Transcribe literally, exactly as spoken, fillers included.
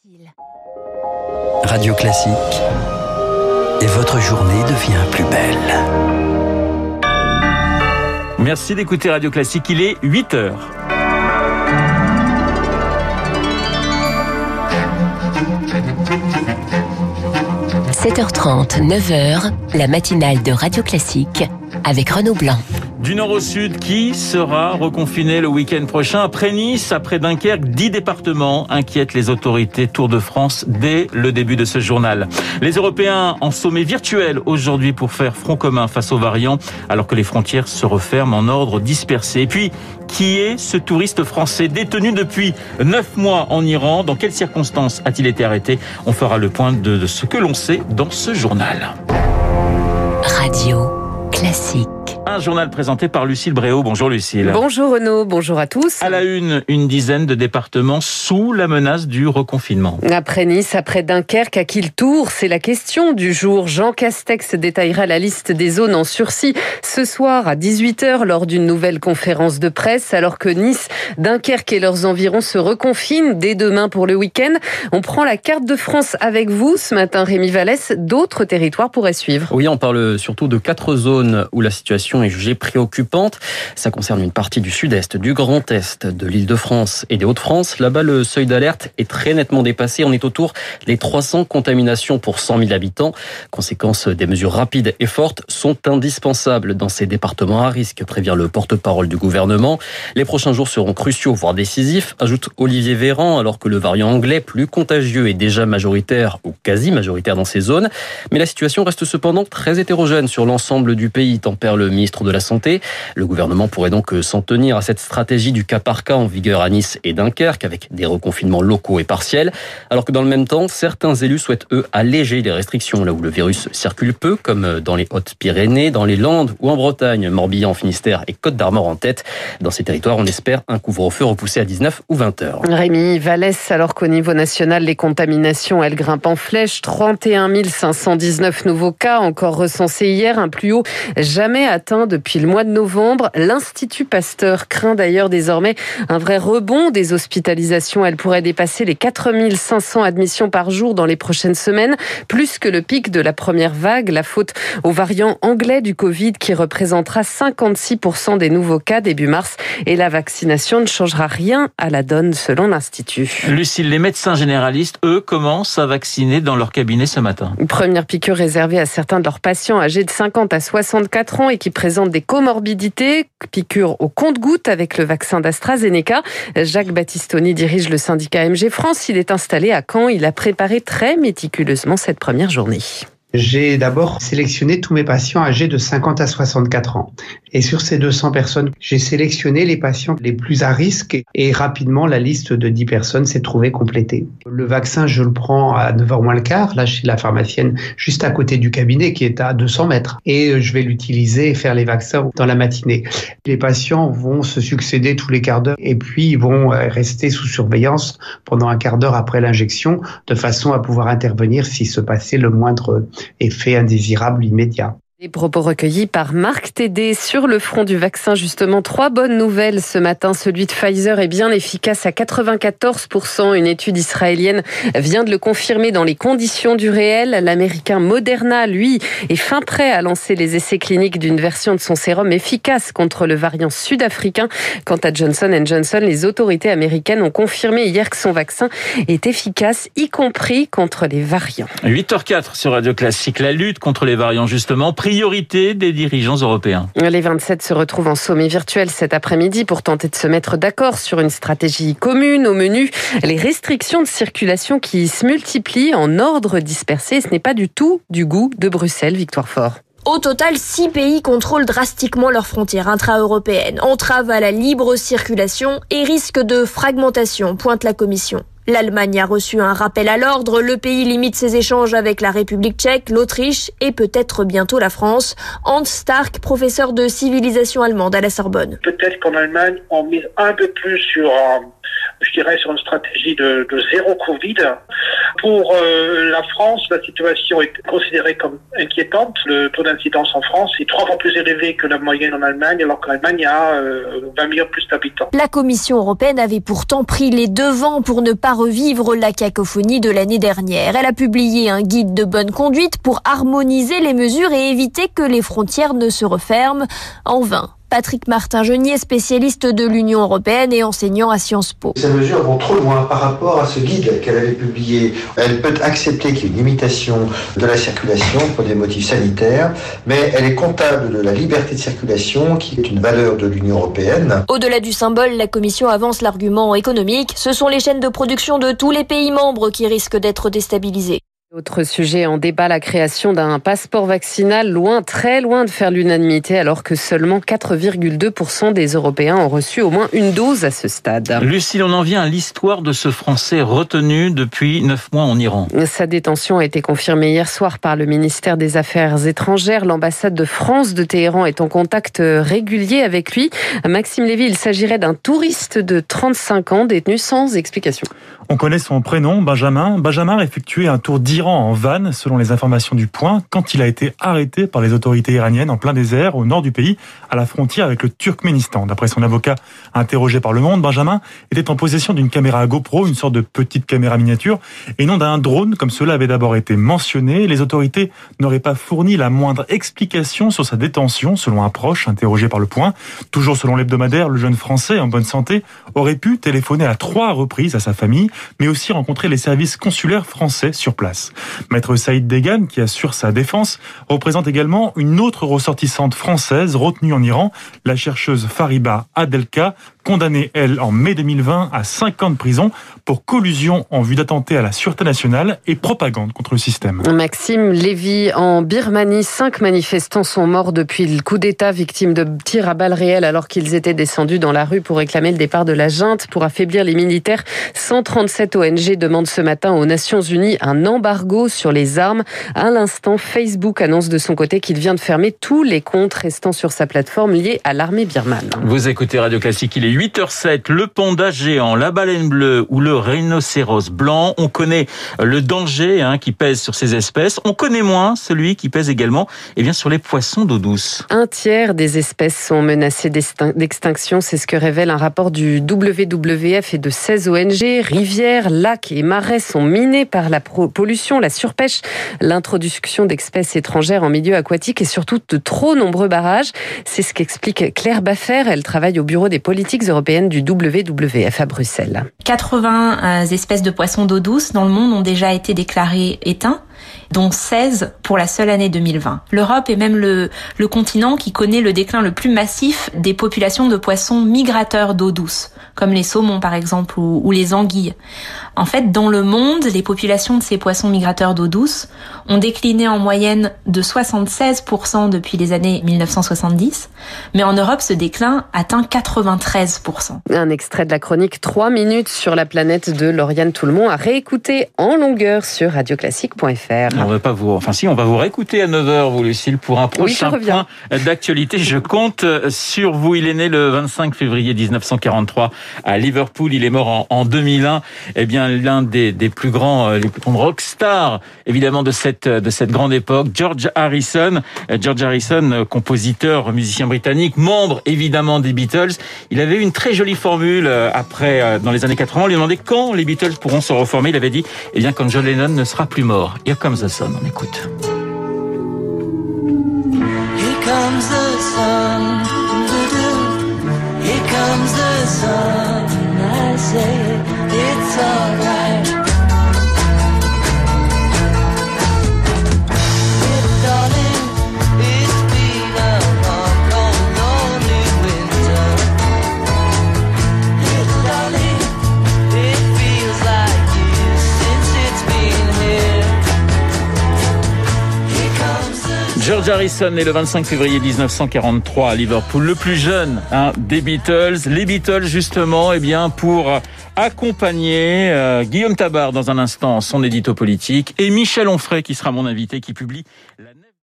Radio Classique. Et votre journée devient plus belle. Merci d'écouter Radio Classique, il est huit heures. sept heures trente, neuf heures, la matinale de Radio Classique avec Renaud Blanc. Du nord au sud, qui sera reconfiné le week-end prochain? Après Nice, après Dunkerque, dix départements inquiètent les autorités Tour de France dès le début de ce journal. Les Européens en sommet virtuel aujourd'hui pour faire front commun face aux variants, alors que les frontières se referment en ordre dispersé. Et puis, qui est ce touriste français détenu depuis neuf mois en Iran? Dans quelles circonstances a-t-il été arrêté? On fera le point de, de ce que l'on sait dans ce journal. Radio Classique. Un journal présenté par Lucille Bréau. Bonjour Lucille. Bonjour Renaud, bonjour à tous. À la une, une dizaine de départements sous la menace du reconfinement. Après Nice, après Dunkerque, à qui le tour? C'est la question du jour. Jean Castex détaillera la liste des zones en sursis ce soir à dix-huit heures lors d'une nouvelle conférence de presse, alors que Nice, Dunkerque et leurs environs se reconfinent dès demain pour le week-end. On prend la carte de France avec vous ce matin, Rémi Vallès. D'autres territoires pourraient suivre. Oui, on parle surtout de quatre zones où la situation est jugée préoccupante. Ça concerne une partie du sud-est, du Grand Est, de l'Île-de-France et des Hauts-de-France. Là-bas, le seuil d'alerte est très nettement dépassé. On est autour des trois cents contaminations pour cent mille habitants. Conséquence, des mesures rapides et fortes sont indispensables dans ces départements à risque, prévient le porte-parole du gouvernement. Les prochains jours seront cruciaux, voire décisifs, ajoute Olivier Véran, alors que le variant anglais, plus contagieux, est déjà majoritaire ou quasi majoritaire dans ces zones. Mais la situation reste cependant très hétérogène sur l'ensemble du pays, tempère le ministre de la Santé. Le gouvernement pourrait donc s'en tenir à cette stratégie du cas par cas en vigueur à Nice et Dunkerque, avec des reconfinements locaux et partiels, alors que dans le même temps, certains élus souhaitent, eux, alléger les restrictions là où le virus circule peu, comme dans les Hautes-Pyrénées, dans les Landes ou en Bretagne, Morbihan, Finistère et Côte-d'Armor en tête. Dans ces territoires, on espère un couvre-feu repoussé à dix-neuf ou vingt heures. Rémi Vallès, alors qu'au niveau national, les contaminations, elles grimpent en flèche. trente et un mille cinq cent dix-neuf nouveaux cas encore recensés hier, un plus haut jamais atteint depuis le mois de novembre. L'Institut Pasteur craint d'ailleurs désormais un vrai rebond des hospitalisations. Elles pourraient dépasser les quatre mille cinq cents admissions par jour dans les prochaines semaines, plus que le pic de la première vague. La faute au variant anglais du Covid qui représentera cinquante-six pour cent des nouveaux cas début mars. Et la vaccination ne changera rien à la donne selon l'Institut. Lucille, les médecins généralistes, eux, commencent à vacciner dans leur cabinet ce matin. Une première piqûre réservée à certains de leurs patients âgés de cinquante à soixante-quatre ans et qui présentent des comorbidités. Piqûre au compte-gouttes avec le vaccin d'AstraZeneca. Jacques Battistoni dirige le syndicat M G France. Il est installé à Caen. Il a préparé très méticuleusement cette première journée. J'ai d'abord sélectionné tous mes patients âgés de cinquante à soixante-quatre ans. Et sur ces deux cents personnes, j'ai sélectionné les patients les plus à risque et rapidement, la liste de dix personnes s'est trouvée complétée. Le vaccin, je le prends à neuf heures moins le quart, là chez la pharmacienne juste à côté du cabinet qui est à deux cents mètres. Et je vais l'utiliser et faire les vaccins dans la matinée. Les patients vont se succéder tous les quarts d'heure et puis ils vont rester sous surveillance pendant un quart d'heure après l'injection de façon à pouvoir intervenir s'il se passait le moindre effet indésirable immédiat. Les propos recueillis par Marc Tédé sur le front du vaccin. Justement, trois bonnes nouvelles ce matin. Celui de Pfizer est bien efficace à quatre-vingt-quatorze pour cent. Une étude israélienne vient de le confirmer dans les conditions du réel. L'américain Moderna, lui, est fin prêt à lancer les essais cliniques d'une version de son sérum efficace contre le variant sud-africain. Quant à Johnson and Johnson, les autorités américaines ont confirmé hier que son vaccin est efficace, y compris contre les variants. huit heures quatre sur Radio Classique. La lutte contre les variants, justement, priorité des dirigeants européens. Les vingt-sept se retrouvent en sommet virtuel cet après-midi pour tenter de se mettre d'accord sur une stratégie commune. Au menu, les restrictions de circulation qui se multiplient en ordre dispersé. Ce n'est pas du tout du goût de Bruxelles. Victoire Fort. Au total, six pays contrôlent drastiquement leurs frontières intra-européennes, entravent à la libre circulation et risquent de fragmentation, pointe la Commission. L'Allemagne a reçu un rappel à l'ordre. Le pays limite ses échanges avec la République tchèque, l'Autriche et peut-être bientôt la France. Hans Stark, professeur de civilisation allemande à la Sorbonne. Peut-être qu'en Allemagne, on mise un peu plus sur, je dirais, sur une stratégie de, de zéro Covid Pour euh, la France, la situation est considérée comme inquiétante. Le taux d'incidence en France est trois fois plus élevé que la moyenne en Allemagne, alors qu'en Allemagne, il y a euh, vingt millions plus d'habitants. La Commission européenne avait pourtant pris les devants pour ne pas revivre la cacophonie de l'année dernière. Elle a publié un guide de bonne conduite pour harmoniser les mesures et éviter que les frontières ne se referment. En vain. Patrick Martin-Genier, spécialiste de l'Union européenne et enseignant à Sciences Po. Ces mesures vont trop loin par rapport à ce guide qu'elle avait publié. Elle peut accepter qu'il y ait une limitation de la circulation pour des motifs sanitaires, mais elle est comptable de la liberté de circulation qui est une valeur de l'Union européenne. Au-delà du symbole, la Commission avance l'argument économique. Ce sont les chaînes de production de tous les pays membres qui risquent d'être déstabilisées. Autre sujet en débat, la création d'un passeport vaccinal, loin, très loin de faire l'unanimité, alors que seulement quatre virgule deux pour cent des Européens ont reçu au moins une dose à ce stade. Lucille, on en vient à l'histoire de ce Français retenu depuis neuf mois en Iran. Sa détention a été confirmée hier soir par le ministère des Affaires étrangères. L'ambassade de France de Téhéran est en contact régulier avec lui. Maxime Lévy, il s'agirait d'un touriste de trente-cinq ans détenu sans explication. On connaît son prénom, Benjamin. Benjamin a effectué un tour d'Iran en van, selon les informations du Point, quand il a été arrêté par les autorités iraniennes en plein désert, au nord du pays, à la frontière avec le Turkménistan. D'après son avocat interrogé par Le Monde, Benjamin était en possession d'une caméra GoPro, une sorte de petite caméra miniature, et non d'un drone, comme cela avait d'abord été mentionné. Les autorités n'auraient pas fourni la moindre explication sur sa détention, selon un proche interrogé par Le Point. Toujours selon l'hebdomadaire, le jeune Français, en bonne santé, aurait pu téléphoner à trois reprises à sa famille, mais aussi rencontrer les services consulaires français sur place. Maître Saïd Deghan, qui assure sa défense, représente également une autre ressortissante française retenue en Iran, la chercheuse Fariba Adelka, condamnée, elle, en mai deux mille vingt à cinq ans de prison pour collusion en vue d'attenter à la sûreté nationale et propagande contre le système. Maxime Lévy, en Birmanie, cinq manifestants sont morts depuis le coup d'État, victimes de tirs à balles réelles alors qu'ils étaient descendus dans la rue pour réclamer le départ de la junte. Pour affaiblir les militaires, cent trente-sept O N G demandent ce matin aux Nations Unies un embargo sur les armes. À l'instant, Facebook annonce de son côté qu'il vient de fermer tous les comptes restant sur sa plateforme liés à l'armée birmane. Vous écoutez Radio Classique, il est huit heures sept, le panda géant, la baleine bleue ou le rhinocéros blanc. On connaît le danger hein, qui pèse sur ces espèces. On connaît moins celui qui pèse également eh bien, sur les poissons d'eau douce. Un tiers des espèces sont menacées d'extinction. C'est ce que révèle un rapport du W W F et de seize O N G. Rivières, lacs et marais sont minés par la pollution, la surpêche, l'introduction d'espèces étrangères en milieu aquatique et surtout de trop nombreux barrages. C'est ce qu'explique Claire Baffer. Elle travaille au bureau des politiques européennes du W W F à Bruxelles. quatre-vingts espèces de poissons d'eau douce dans le monde ont déjà été déclarées éteintes, dont seize pour la seule année deux mille vingt. L'Europe est même le, le continent qui connaît le déclin le plus massif des populations de poissons migrateurs d'eau douce, comme les saumons par exemple ou, ou les anguilles. En fait, dans le monde, les populations de ces poissons migrateurs d'eau douce ont décliné en moyenne de soixante-seize pour cent depuis les années mille neuf cent soixante-dix, mais en Europe, ce déclin atteint quatre-vingt-treize pour cent. Un extrait de la chronique trois minutes sur la planète de Lauriane Toulmont à réécouter en longueur sur radio classique point f r. On va pas vous, enfin si, on va vous réécouter à neuf heures, vous Lucille, pour un prochain oui, point d'actualité. Je compte sur vous. Il est né le vingt-cinq février dix-neuf cent quarante-trois à Liverpool. Il est mort en, en deux mille un. Eh bien, l'un des, des plus grands, les plus grands rockstars, évidemment, de cette, de cette grande époque, George Harrison. George Harrison, compositeur, musicien britannique, membre, évidemment, des Beatles. Il avait eu une très jolie formule après, dans les années quatre-vingts. On lui demandait quand les Beatles pourront se reformer. Il avait dit, eh bien, quand John Lennon ne sera plus mort. Here comes the sun. On écoute. Here comes the sun. Here comes the sun. I say it's alright. George Harrison est le vingt-cinq février dix-neuf cent quarante-trois à Liverpool, le plus jeune hein, des Beatles. Les Beatles, justement, eh bien, pour accompagner euh, Guillaume Tabar dans un instant, son édito politique, et Michel Onfray, qui sera mon invité, qui publie la